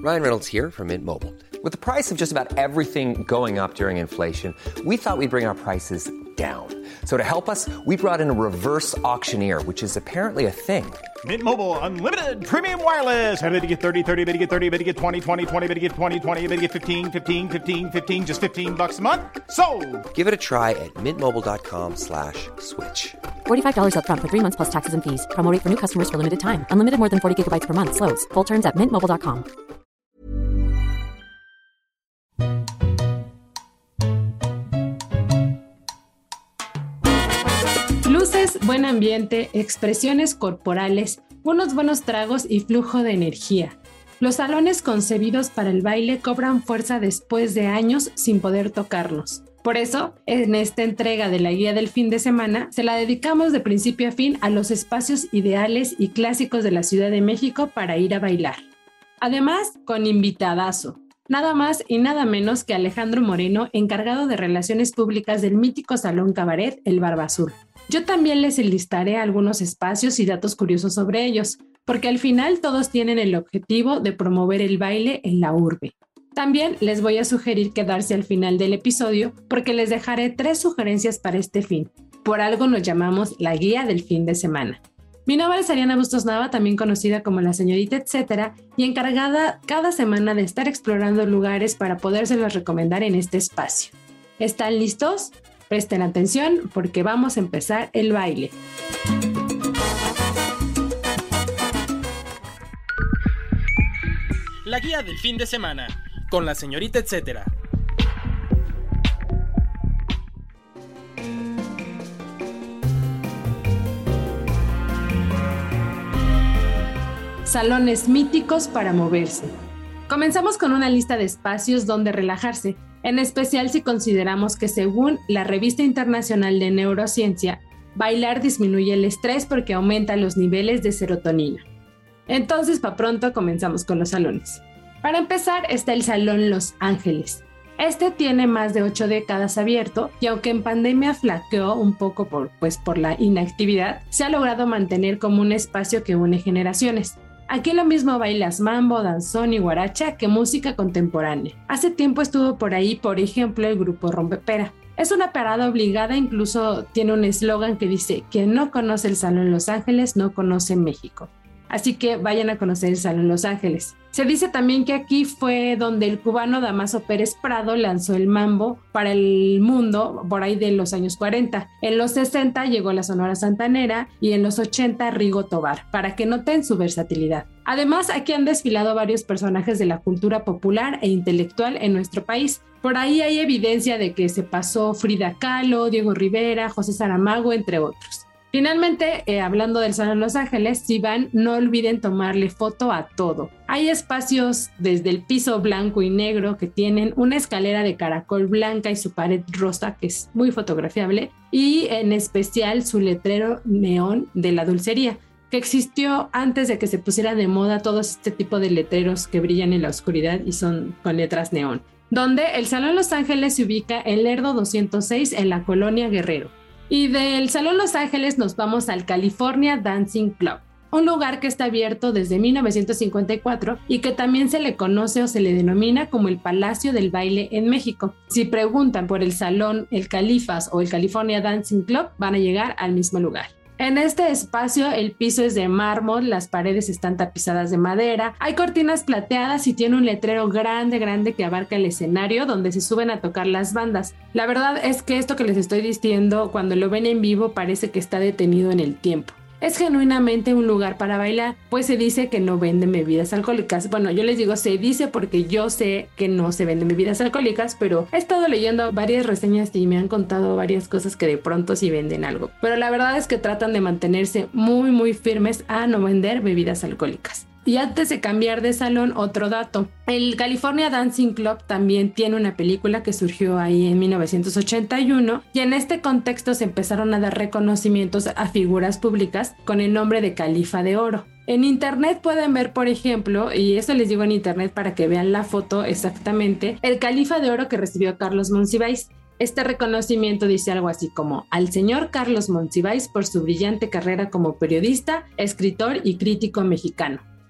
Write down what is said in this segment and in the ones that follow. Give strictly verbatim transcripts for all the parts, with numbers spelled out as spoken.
Ryan Reynolds here from Mint Mobile. With the price of just about everything going up during inflation, we thought we'd bring our prices down. So to help us, we brought in a reverse auctioneer, which is apparently a thing. Mint Mobile Unlimited Premium Wireless. How to get thirty, thirty, how to get thirty, how to get twenty, twenty, twenty, how to get twenty, twenty, how to get fifteen, fifteen, fifteen, fifteen, just fifteen bucks a month? Sold! Give it a try at mintmobile.com slash switch. forty-five dollars up front for three months plus taxes and fees. Promo rate for new customers for limited time. Unlimited more than forty gigabytes per month. Slows full terms at mint mobile dot com. Luces, buen ambiente, expresiones corporales, unos buenos tragos y flujo de energía. Los salones concebidos para el baile cobran fuerza después de años sin poder tocarnos. Por eso, en esta entrega de la guía del fin de semana, se la dedicamos de principio a fin a los espacios ideales y clásicos de la Ciudad de México para ir a bailar. Además, con invitadazo. Nada más y nada menos que Alejandro Moreno, encargado de Relaciones Públicas del mítico Salón Cabaret El Barba Azul. Yo también les enlistaré algunos espacios y datos curiosos sobre ellos, porque al final todos tienen el objetivo de promover el baile en la urbe. También les voy a sugerir quedarse al final del episodio porque les dejaré tres sugerencias para este fin. Por algo nos llamamos la guía del fin de semana. Mi nombre es Ariana Bustos Nava, también conocida como la señorita etcétera, y encargada cada semana de estar explorando lugares para podérselos recomendar en este espacio. ¿Están listos? Presten atención porque vamos a empezar el baile. La guía del fin de semana, con la señorita etcétera. Salones míticos para moverse. Comenzamos con una lista de espacios donde relajarse, en especial si consideramos que según la Revista Internacional de Neurociencia, bailar disminuye el estrés porque aumenta los niveles de serotonina. Entonces, pa' pronto comenzamos con los salones. Para empezar está el Salón Los Ángeles. Este tiene más de ocho décadas abierto y aunque en pandemia flaqueó un poco por, pues, por la inactividad, se ha logrado mantener como un espacio que une generaciones. Aquí lo mismo bailas mambo, danzón y guaracha que música contemporánea. Hace tiempo estuvo por ahí, por ejemplo, el grupo Rompepera. Es una parada obligada, incluso tiene un eslogan que dice: quien no conoce el Salón Los Ángeles no conoce México. Así que vayan a conocer el Salón Los Ángeles. Se dice también que aquí fue donde el cubano Damaso Pérez Prado lanzó el mambo para el mundo por ahí de los años cuarenta. En los sesenta llegó la Sonora Santanera y en los ochenta Rigo Tobar, para que noten su versatilidad. Además, aquí han desfilado varios personajes de la cultura popular e intelectual en nuestro país. Por ahí hay evidencia de que se pasó Frida Kahlo, Diego Rivera, José Saramago, entre otros. Finalmente, eh, hablando del Salón Los Ángeles, si van, no olviden tomarle foto a todo. Hay espacios desde el piso blanco y negro que tienen una escalera de caracol blanca y su pared rosa, que es muy fotografiable, y en especial su letrero neón de la dulcería, que existió antes de que se pusiera de moda todos este tipo de letreros que brillan en la oscuridad y son con letras neón. Donde el Salón Los Ángeles se ubica en Lerdo doscientos seis en la Colonia Guerrero. Y del Salón Los Ángeles nos vamos al California Dancing Club, un lugar que está abierto desde mil novecientos cincuenta y cuatro y que también se le conoce o se le denomina como el Palacio del Baile en México. Si preguntan por el Salón El Califas o el California Dancing Club, van a llegar al mismo lugar. En este espacio el piso es de mármol, las paredes están tapizadas de madera, hay cortinas plateadas y tiene un letrero grande grande que abarca el escenario donde se suben a tocar las bandas. La verdad es que esto que les estoy diciendo, cuando lo ven en vivo parece que está detenido en el tiempo. Es genuinamente un lugar para bailar, pues se dice que no venden bebidas alcohólicas. Bueno, yo les digo se dice porque yo sé que no se venden bebidas alcohólicas, pero he estado leyendo varias reseñas y me han contado varias cosas que de pronto sí venden algo. Pero la verdad es que tratan de mantenerse muy muy firmes a no vender bebidas alcohólicas. Y antes de cambiar de salón, otro dato. El California Dancing Club también tiene una película que surgió ahí en mil novecientos ochenta y uno y en este contexto se empezaron a dar reconocimientos a figuras públicas con el nombre de Califa de Oro. En internet pueden ver, por ejemplo, y eso les digo en internet para que vean la foto exactamente, el Califa de Oro que recibió Carlos Monsiváis. Este reconocimiento dice algo así como: al señor Carlos Monsiváis por su brillante carrera como periodista, escritor y crítico mexicano.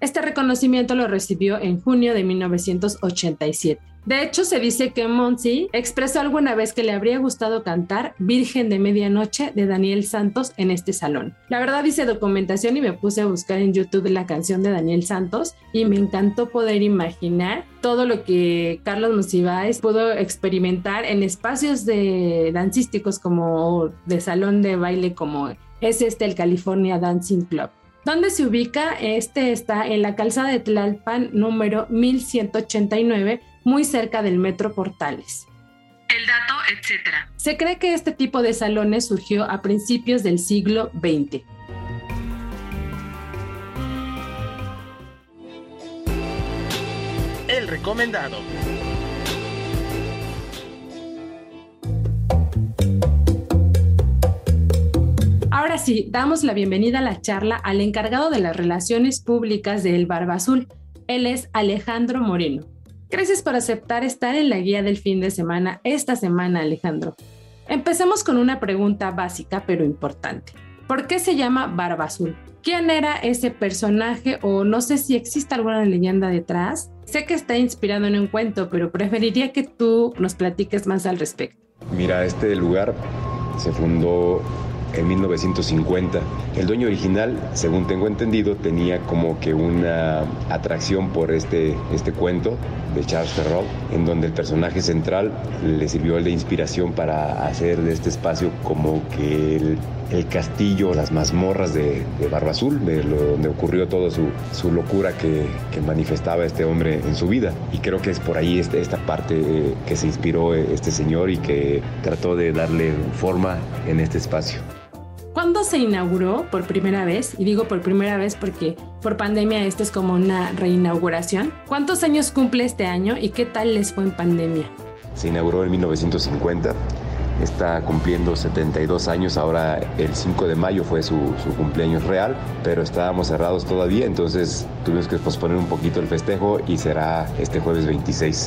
Este reconocimiento lo recibió en junio de mil novecientos ochenta y siete. De hecho, se dice que Monsi expresó alguna vez que le habría gustado cantar Virgen de Medianoche de Daniel Santos en este salón. La verdad hice documentación y me puse a buscar en YouTube la canción de Daniel Santos y me encantó poder imaginar todo lo que Carlos Monsiváis pudo experimentar en espacios de dancísticos como de salón de baile como es este el California Dancing Club. ¿Dónde se ubica? Este está en la calzada de Tlalpan número mil ciento ochenta y nueve, muy cerca del Metro Portales. El dato, etcétera. Se cree que este tipo de salones surgió a principios del siglo veinte. El recomendado. Ahora sí, damos la bienvenida a la charla al encargado de las relaciones públicas de El Barba Azul. Él es Alejandro Moreno. Gracias por aceptar estar en la guía del fin de semana esta semana, Alejandro. Empecemos con una pregunta básica pero importante. ¿Por qué se llama Barba Azul? ¿Quién era ese personaje o no sé si existe alguna leyenda detrás? Sé que está inspirado en un cuento, pero preferiría que tú nos platiques más al respecto. Mira, este lugar se fundó en mil novecientos cincuenta. El dueño original, según tengo entendido, tenía como que una atracción por este, este cuento de Charles Perrault, en donde el personaje central le sirvió de inspiración para hacer de este espacio como que el, el castillo, las mazmorras de, de Barba Azul, de lo, donde ocurrió toda su, su locura que, que manifestaba este hombre en su vida. Y creo que es por ahí este, esta parte eh, que se inspiró este señor y que trató de darle forma en este espacio. ¿Cuándo se inauguró por primera vez? Y digo por primera vez porque por pandemia esta es como una reinauguración. ¿Cuántos años cumple este año y qué tal les fue en pandemia? Se inauguró en mil novecientos cincuenta. Está cumpliendo setenta y dos años, ahora el cinco de mayo fue su, su cumpleaños real, pero estábamos cerrados todavía, entonces tuvimos que posponer un poquito el festejo y será este jueves veintiséis.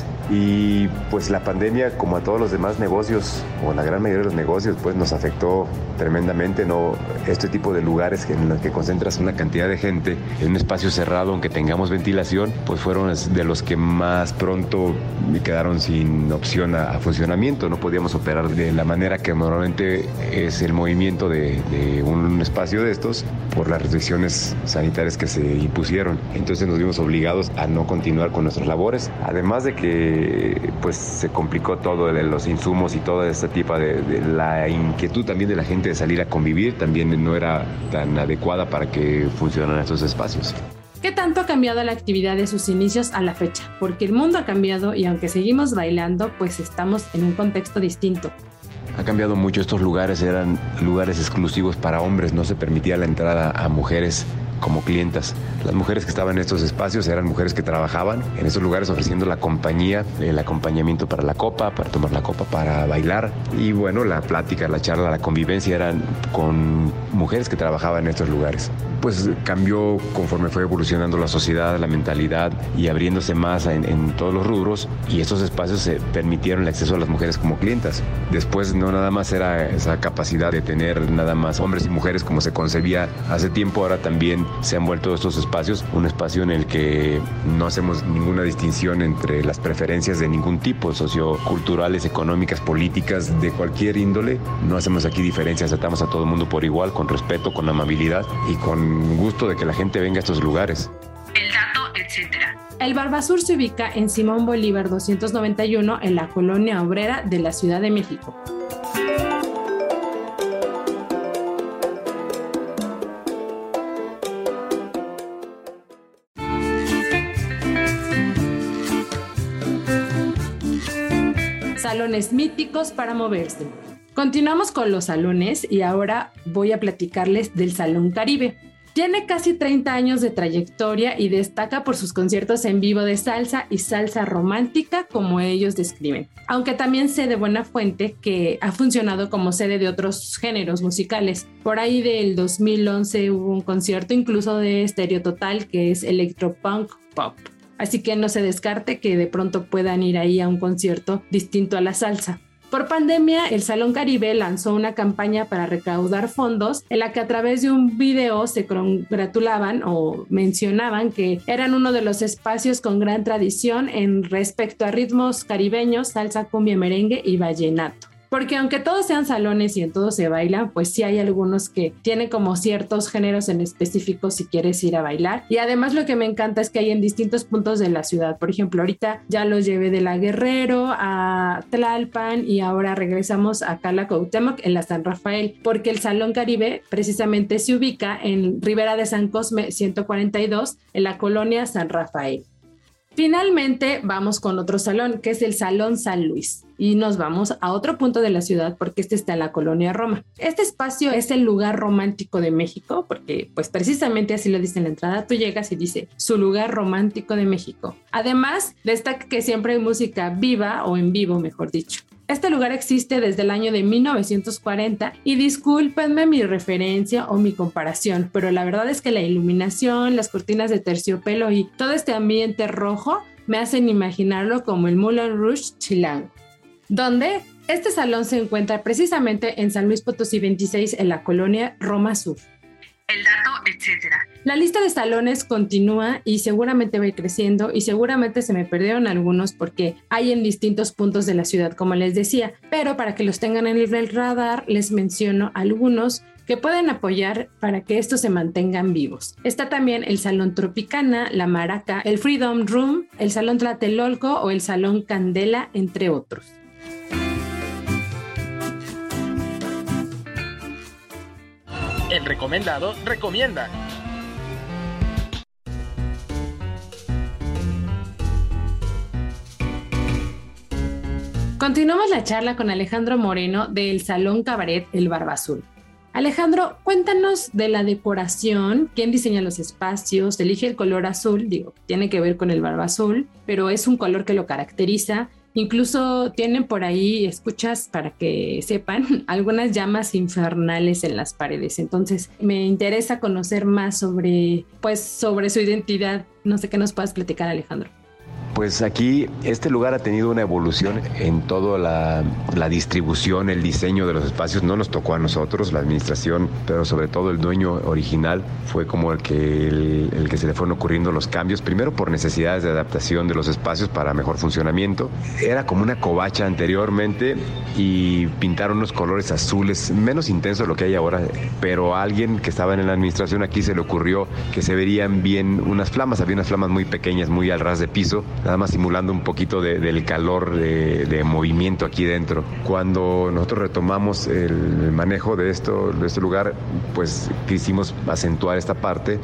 Y pues la pandemia, como a todos los demás negocios, o la gran mayoría de los negocios, pues nos afectó tremendamente, ¿no? Este tipo de lugares en los que concentras una cantidad de gente en un espacio cerrado, aunque tengamos ventilación, pues fueron de los que más pronto quedaron sin opción a, a funcionamiento, no podíamos operar de la manera que normalmente es el movimiento de, de un espacio de estos por las restricciones sanitarias que se impusieron. Entonces nos vimos obligados a no continuar con nuestras labores, además de que pues se complicó todo, los insumos y toda esta tipo de, de la inquietud también de la gente de salir a convivir, también no era tan adecuada para que funcionaran estos espacios. ¿Qué tanto ha cambiado la actividad de sus inicios a la fecha? Porque el mundo ha cambiado y aunque seguimos bailando, pues estamos en un contexto distinto. Ha cambiado mucho, estos lugares eran lugares exclusivos para hombres, no se permitía la entrada a mujeres como clientas. Las mujeres que estaban en estos espacios eran mujeres que trabajaban en estos lugares ofreciendo la compañía, el acompañamiento para la copa, para tomar la copa, para bailar. Y bueno, la plática, la charla, la convivencia eran con mujeres que trabajaban en estos lugares. Pues cambió conforme fue evolucionando la sociedad, la mentalidad y abriéndose más en, en todos los rubros, y estos espacios se permitieron el acceso a las mujeres como clientas. Después no nada más era esa capacidad de tener nada más hombres y mujeres como se concebía hace tiempo, ahora también se han vuelto estos espacios un espacio en el que no hacemos ninguna distinción entre las preferencias de ningún tipo, socioculturales, económicas, políticas, de cualquier índole. No hacemos aquí diferencias, tratamos a todo el mundo por igual, con respeto, con amabilidad y con gusto de que la gente venga a estos lugares. El dato, etcétera. El Barba Azul se ubica en Simón Bolívar doscientos noventa y uno en la Colonia Obrera de la Ciudad de México. Salones míticos para moverse. Continuamos con los salones y ahora voy a platicarles del Salón Caribe. Tiene casi treinta años de trayectoria y destaca por sus conciertos en vivo de salsa y salsa romántica, como ellos describen. Aunque también sé de buena fuente que ha funcionado como sede de otros géneros musicales. Por ahí del dos mil once hubo un concierto incluso de Stereo Total, que es electropunk pop. Así que no se descarte que de pronto puedan ir ahí a un concierto distinto a la salsa. Por pandemia, el Salón Caribe lanzó una campaña para recaudar fondos en la que a través de un video se congratulaban o mencionaban que eran uno de los espacios con gran tradición en respecto a ritmos caribeños, salsa, cumbia, merengue y vallenato. Porque aunque todos sean salones y en todos se bailan, pues sí hay algunos que tienen como ciertos géneros en específico si quieres ir a bailar. Y además lo que me encanta es que hay en distintos puntos de la ciudad. Por ejemplo, ahorita ya los llevé de la Guerrero a Tlalpan y ahora regresamos acá a la Cuauhtémoc en la San Rafael, porque el Salón Caribe precisamente se ubica en Ribera de San Cosme ciento cuarenta y dos en la colonia San Rafael. Finalmente vamos con otro salón, que es el Salón San Luis, y nos vamos a otro punto de la ciudad porque este está en la colonia Roma. Este espacio es el lugar romántico de México porque pues precisamente así lo dice en la entrada. Tú llegas y dice su lugar romántico de México. Además, destaca que siempre hay música viva o en vivo, mejor dicho. Este lugar existe desde el año de mil novecientos cuarenta y discúlpenme mi referencia o mi comparación, pero la verdad es que la iluminación, las cortinas de terciopelo y todo este ambiente rojo me hacen imaginarlo como el Moulin Rouge chilango, donde este salón se encuentra precisamente en San Luis Potosí veintiséis en la colonia Roma Sur. El dato, etcétera. La lista de salones continúa y seguramente va a ir creciendo y seguramente se me perdieron algunos porque hay en distintos puntos de la ciudad, como les decía, pero para que los tengan en el radar les menciono algunos que pueden apoyar para que estos se mantengan vivos. Está también el Salón Tropicana, la Maraca, el Freedom Room, el Salón Tlatelolco o el Salón Candela, entre otros. El recomendado recomienda. Continuamos la charla con Alejandro Moreno del Salón Cabaret El Barba Azul. Alejandro, cuéntanos de la decoración, quién diseña los espacios, elige el color azul, digo, tiene que ver con el Barba Azul, pero es un color que lo caracteriza. Incluso tienen por ahí, escuchas para que sepan, algunas llamas infernales en las paredes. Entonces me interesa conocer más sobre, pues, sobre su identidad. No sé qué nos puedas platicar, Alejandro. Pues aquí este lugar ha tenido una evolución en toda la, la distribución, el diseño de los espacios. No nos tocó a nosotros, la administración, pero sobre todo el dueño original fue como el que, el, el que se le fueron ocurriendo los cambios, primero por necesidades de adaptación de los espacios para mejor funcionamiento. Era como una covacha anteriormente y pintaron unos colores azules, menos intensos de lo que hay ahora, pero a alguien que estaba en la administración aquí se le ocurrió que se verían bien unas flamas. Había unas flamas muy pequeñas, muy al ras de piso, nada más simulando un poquito de, del calor de, de movimiento aquí dentro. Cuando nosotros retomamos el manejo de esto, de este lugar, pues quisimos acentuar esta parte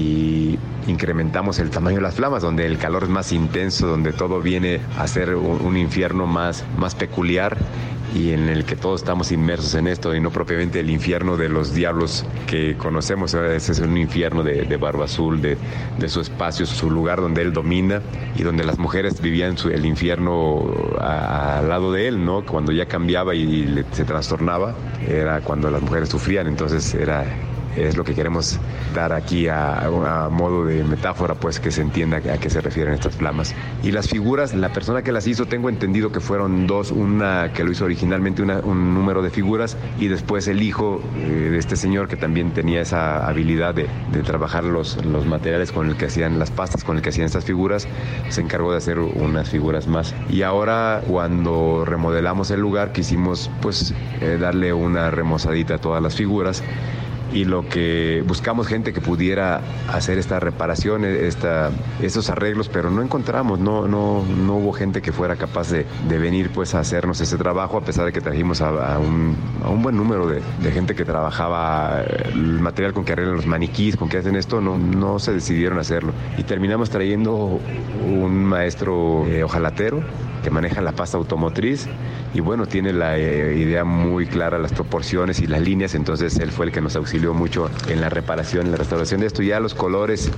y incrementamos el tamaño de las flamas, donde el calor es más intenso, donde todo viene a ser un, un infierno más, más peculiar y en el que todos estamos inmersos en esto y no propiamente el infierno de los diablos que conocemos. Ese es un infierno de, de Barba Azul, de, de su espacio, su lugar donde él domina y donde las mujeres vivían su, el infierno al lado de él, ¿no? Cuando ya cambiaba y, y le, se trastornaba, era cuando las mujeres sufrían. Entonces era... es lo que queremos dar aquí a, a modo de metáfora, pues que se entienda a qué se refieren estas flamas. Y las figuras, la persona que las hizo, tengo entendido que fueron dos, una que lo hizo originalmente, una, un número de figuras, y después el hijo eh, de este señor que también tenía esa habilidad de, de trabajar los, los materiales con el que hacían las pastas, con el que hacían estas figuras, se encargó de hacer unas figuras más. Y ahora, cuando remodelamos el lugar, quisimos pues eh, darle una remozadita a todas las figuras. Y lo que buscamos, gente que pudiera hacer esta reparación, esta, estos arreglos, pero no encontramos, no, no, no hubo gente que fuera capaz de, de venir pues a hacernos ese trabajo, a pesar de que trajimos a, a, un, a un buen número de, de gente que trabajaba el material con que arreglan los maniquís, con que hacen esto, no, no se decidieron a hacerlo. Y terminamos trayendo un maestro eh, hojalatero que maneja la pasta automotriz y bueno, tiene la eh, idea muy clara, las proporciones y las líneas, entonces él fue el que nos auxilió mucho en la reparación, en la restauración de esto. Ya los colores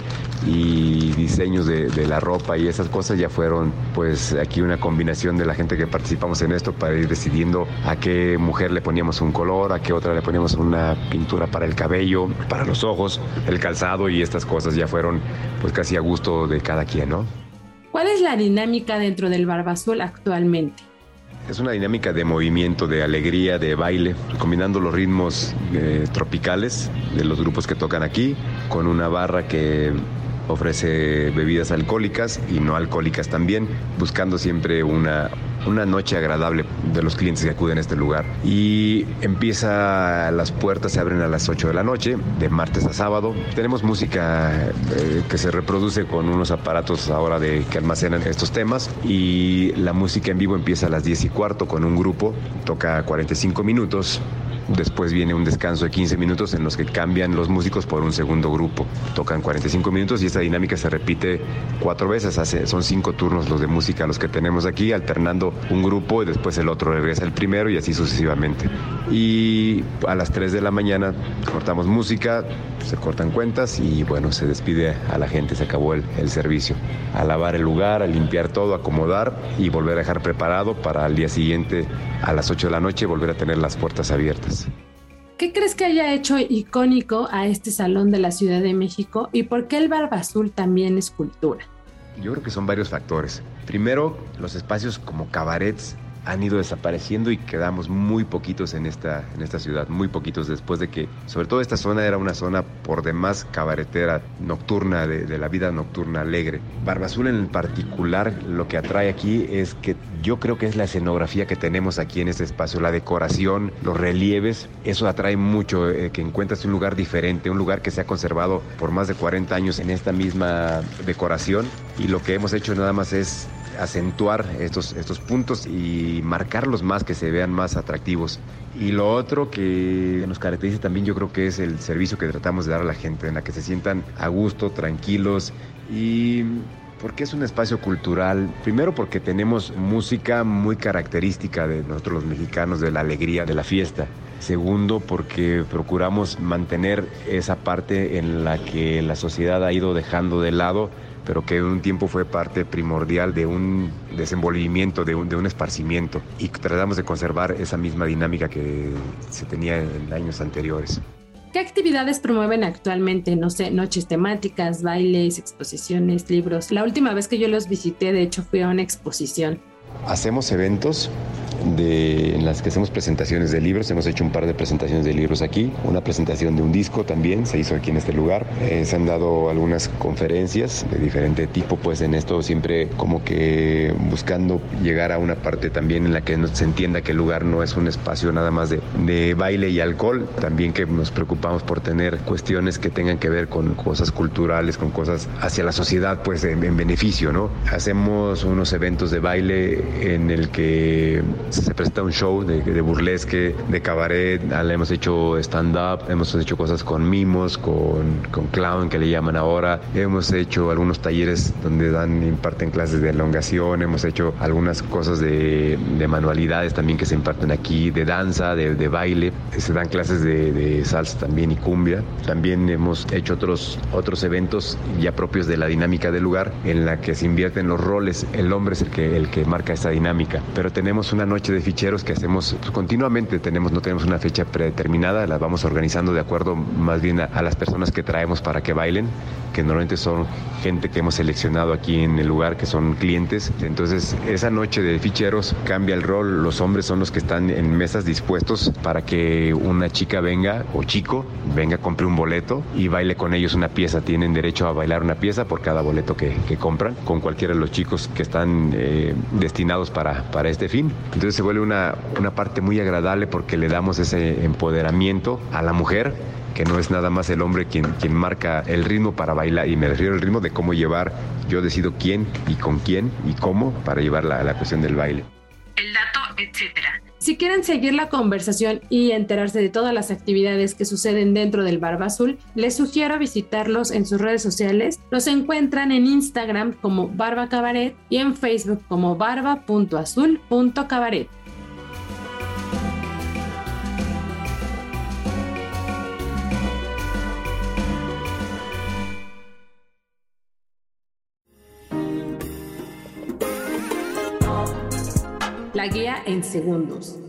y diseños de, de la ropa y esas cosas ya fueron pues aquí una combinación de la gente que participamos en esto para ir decidiendo a qué mujer le poníamos un color, a qué otra le poníamos una pintura para el cabello, para los ojos, el calzado, y estas cosas ya fueron pues casi a gusto de cada quien, ¿no? ¿Cuál es la dinámica dentro del Barba Azul actualmente? Es una dinámica de movimiento, de alegría, de baile, combinando los ritmos eh, tropicales de los grupos que tocan aquí, con una barra que ofrece bebidas alcohólicas y no alcohólicas también, buscando siempre una, una noche agradable de los clientes que acuden a este lugar. Y empieza, las puertas se abren a las ocho de la noche, de martes a sábado. Tenemos música eh, que se reproduce con unos aparatos ahora de, que almacenan estos temas, y la música en vivo empieza a las diez y cuarto con un grupo, toca cuarenta y cinco minutos. Después viene un descanso de quince minutos en los que cambian los músicos por un segundo grupo. Tocan cuarenta y cinco minutos y esta dinámica se repite cuatro veces. Hace, son cinco turnos los de música los que tenemos aquí, alternando un grupo y después el otro regresa el primero y así sucesivamente. Y a las tres de la mañana cortamos música, se cortan cuentas y bueno, se despide a la gente, se acabó el, el servicio. A lavar el lugar, a limpiar todo, a acomodar y volver a dejar preparado para al día siguiente a las ocho de la noche volver a tener las puertas abiertas. ¿Qué crees que haya hecho icónico a este salón de la Ciudad de México y por qué el Barba Azul también es cultura? Yo creo que son varios factores. Primero, los espacios como cabarets han ido desapareciendo y quedamos muy poquitos en esta, en esta ciudad, muy poquitos después de que, sobre todo esta zona era una zona por demás cabaretera, nocturna, de, de la vida nocturna alegre. Barba Azul en particular, lo que atrae aquí es que yo creo que es la escenografía que tenemos aquí en este espacio, la decoración, los relieves, eso atrae mucho, eh, que encuentras un lugar diferente, un lugar que se ha conservado por más de cuarenta años en esta misma decoración, y lo que hemos hecho nada más es acentuar estos, estos puntos y marcarlos más, que se vean más atractivos. Y lo otro que nos caracteriza también, yo creo que es el servicio que tratamos de dar a la gente, en la que se sientan a gusto, tranquilos, y porque es un espacio cultural. Primero porque tenemos música muy característica de nosotros los mexicanos, de la alegría, de la fiesta. Segundo, porque procuramos mantener esa parte en la que la sociedad ha ido dejando de lado, pero que en un tiempo fue parte primordial de un desenvolvimiento, de un, de un esparcimiento, y tratamos de conservar esa misma dinámica que se tenía en años anteriores. ¿Qué actividades promueven actualmente? No sé, noches temáticas, bailes, exposiciones, libros. La última vez que yo los visité, de hecho, fui a una exposición. Hacemos eventos de, en las que hacemos presentaciones de libros. Hemos hecho un par de presentaciones de libros aquí. Una presentación de un disco también se hizo aquí en este lugar. Eh, se han dado algunas conferencias de diferente tipo, pues en esto siempre como que buscando llegar a una parte también en la que se entienda que el lugar no es un espacio nada más de, de baile y alcohol. También que nos preocupamos por tener cuestiones que tengan que ver con cosas culturales, con cosas hacia la sociedad, pues en, en beneficio, ¿no? Hacemos unos eventos de baile en el que se presenta un show de, de burlesque, de cabaret. Hemos hecho stand-up, hemos hecho cosas con mimos, con, con clown que le llaman ahora. Hemos hecho algunos talleres donde dan, imparten clases de elongación. Hemos hecho algunas cosas de, de manualidades también que se imparten aquí, de danza, de, de baile. Se dan clases de, de salsa también y cumbia. También hemos hecho otros, otros eventos ya propios de la dinámica del lugar, en la que se invierten los roles. El hombre es el que, el que marca esta dinámica, pero tenemos una noche de ficheros que hacemos pues, continuamente. Tenemos, no tenemos una fecha predeterminada, la vamos organizando de acuerdo más bien a, a las personas que traemos para que bailen, que normalmente son gente que hemos seleccionado aquí en el lugar, que son clientes. Entonces esa noche de ficheros cambia el rol. Los hombres son los que están en mesas dispuestos para que una chica venga, o chico venga, compre un boleto y baile con ellos una pieza. Tienen derecho a bailar una pieza por cada boleto que, que compran, con cualquiera de los chicos que están eh, destinados para, para este fin. Entonces se vuelve una, una parte muy agradable porque le damos ese empoderamiento a la mujer, que no es nada más el hombre quien, quien marca el ritmo para bailar, y me refiero al ritmo de cómo llevar, yo decido quién y con quién y cómo para llevar la, la cuestión del baile. El dato, etcétera. Si quieren seguir la conversación y enterarse de todas las actividades que suceden dentro del Barba Azul, les sugiero visitarlos en sus redes sociales. Los encuentran en Instagram como Barba Cabaret y en Facebook como barba punto azul punto cabaret. La guía en segundos.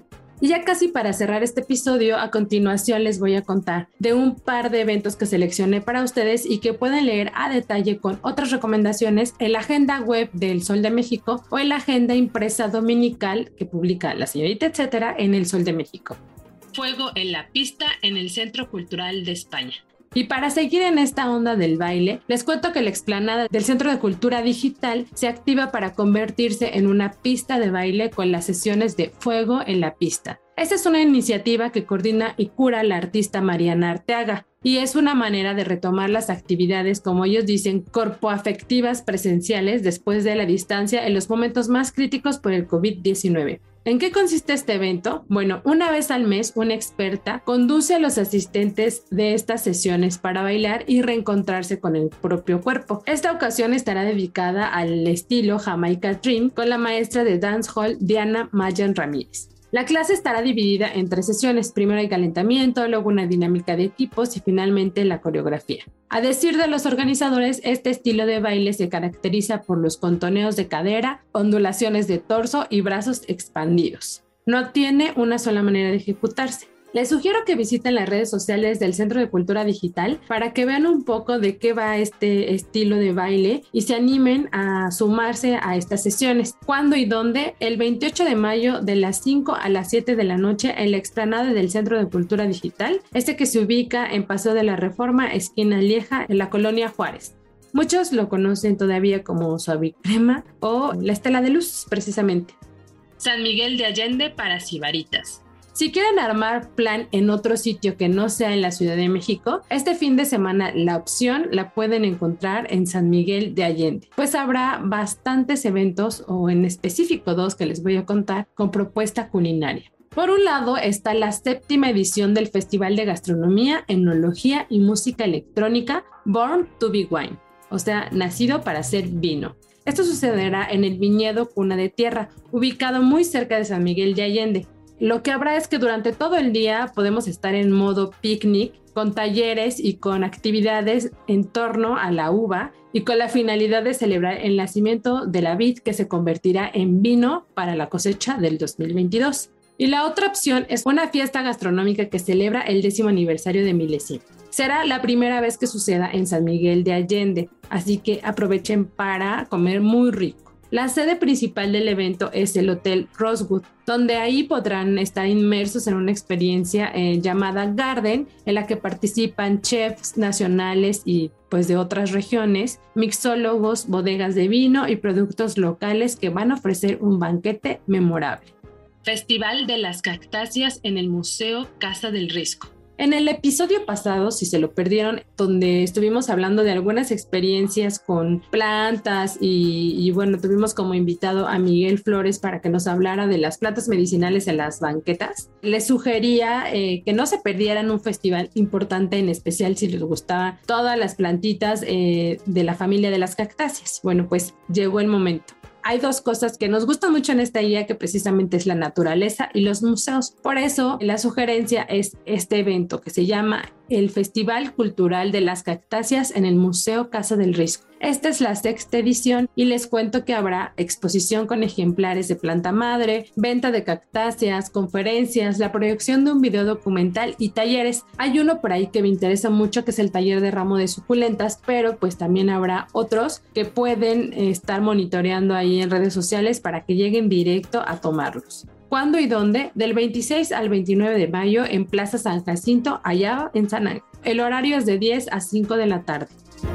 Y ya casi para cerrar este episodio, a continuación les voy a contar de un par de eventos que seleccioné para ustedes y que pueden leer a detalle con otras recomendaciones en la agenda web del Sol de México o en la agenda impresa dominical que publica la señorita etcétera en el Sol de México. Fuego en la pista en el Centro Cultural de España. Y para seguir en esta onda del baile, les cuento que la explanada del Centro de Cultura Digital se activa para convertirse en una pista de baile con las sesiones de Fuego en la Pista. Esta es una iniciativa que coordina y cura la artista Mariana Arteaga y es una manera de retomar las actividades, como ellos dicen, corpoafectivas presenciales después de la distancia en los momentos más críticos por el covid diecinueve. ¿En qué consiste este evento? Bueno, una vez al mes, una experta conduce a los asistentes de estas sesiones para bailar y reencontrarse con el propio cuerpo. Esta ocasión estará dedicada al estilo Jamaica Dream con la maestra de dancehall Diana Mayan Ramírez. La clase estará dividida en tres sesiones. Primero hay calentamiento, luego una dinámica de equipos y finalmente la coreografía. A decir de los organizadores, este estilo de baile se caracteriza por los contoneos de cadera, ondulaciones de torso y brazos expandidos. No tiene una sola manera de ejecutarse. Les sugiero que visiten las redes sociales del Centro de Cultura Digital para que vean un poco de qué va este estilo de baile y se animen a sumarse a estas sesiones. ¿Cuándo y dónde? El veintiocho de mayo de las cinco a las siete de la noche en la explanada del Centro de Cultura Digital, este que se ubica en Paseo de la Reforma, esquina Lieja, en la colonia Juárez. Muchos lo conocen todavía como Suavicrema o la Estela de Luz, precisamente. San Miguel de Allende para sibaritas. Si quieren armar plan en otro sitio que no sea en la Ciudad de México, este fin de semana la opción la pueden encontrar en San Miguel de Allende, pues habrá bastantes eventos, o en específico dos que les voy a contar, con propuesta culinaria. Por un lado está la séptima edición del Festival de Gastronomía, Enología y Música Electrónica Born to be Wine, o sea, nacido para ser vino. Esto sucederá en el viñedo Cuna de Tierra, ubicado muy cerca de San Miguel de Allende. Lo que habrá es que durante todo el día podemos estar en modo picnic, con talleres y con actividades en torno a la uva y con la finalidad de celebrar el nacimiento de la vid que se convertirá en vino para la cosecha del dos mil veintidós. Y la otra opción es una fiesta gastronómica que celebra el décimo aniversario de Milesín. Será la primera vez que suceda en San Miguel de Allende, así que aprovechen para comer muy rico. La sede principal del evento es el Hotel Rosewood, donde ahí podrán estar inmersos en una experiencia eh, llamada Garden, en la que participan chefs nacionales y pues de otras regiones, mixólogos, bodegas de vino y productos locales que van a ofrecer un banquete memorable. Festival de las Cactáceas en el Museo Casa del Risco. En el episodio pasado, si se lo perdieron, donde estuvimos hablando de algunas experiencias con plantas y, y bueno, tuvimos como invitado a Miguel Flores para que nos hablara de las plantas medicinales en las banquetas, les sugería eh, que no se perdieran un festival importante, en especial si les gustaban todas las plantitas eh, de la familia de las cactáceas. Bueno, pues llegó el momento. Hay dos cosas que nos gustan mucho en esta guía, que precisamente es la naturaleza y los museos. Por eso, la sugerencia es este evento que se llama el Festival Cultural de las Cactáceas en el Museo Casa del Risco. Esta es la sexta edición y les cuento que habrá exposición con ejemplares de planta madre, venta de cactáceas, conferencias, la proyección de un video documental y talleres. Hay uno por ahí que me interesa mucho, que es el taller de ramo de suculentas, pero pues también habrá otros que pueden estar monitoreando ahí en redes sociales para que lleguen directo a tomarlos. ¿Cuándo y dónde? Del veintiséis al veintinueve de mayo en Plaza San Jacinto, allá en San Ángel. El horario es de diez a cinco de la tarde.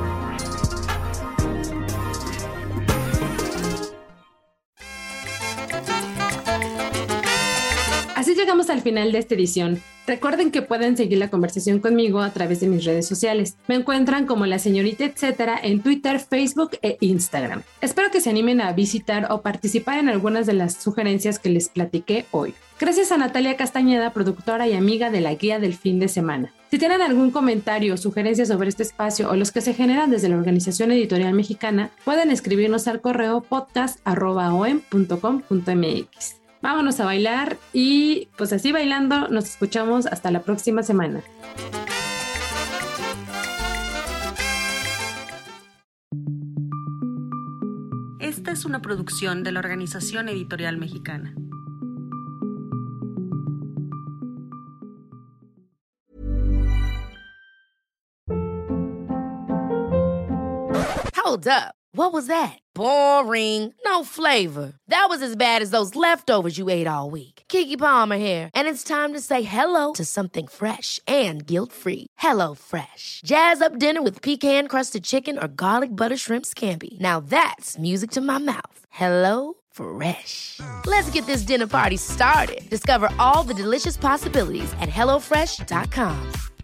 Así llegamos al final de esta edición. Recuerden que pueden seguir la conversación conmigo a través de mis redes sociales. Me encuentran como La Señorita Etcétera en Twitter, Facebook e Instagram. Espero que se animen a visitar o participar en algunas de las sugerencias que les platiqué hoy. Gracias a Natalia Castañeda, productora y amiga de la guía del fin de semana. Si tienen algún comentario o sugerencia sobre este espacio o los que se generan desde la Organización Editorial Mexicana, pueden escribirnos al correo podcast arroba o m punto com punto m x. Vámonos a bailar y pues así bailando nos escuchamos hasta la próxima semana. Esta es una producción de la Organización Editorial Mexicana. Hold up. What was that? Boring. No flavor. That was as bad as those leftovers you ate all week. Keke Palmer here, and it's time to say hello to something fresh and guilt-free. Hello Fresh. Jazz up dinner with pecan-crusted chicken or garlic butter shrimp scampi. Now that's music to my mouth. Hello Fresh. Let's get this dinner party started. Discover all the delicious possibilities at hello fresh dot com.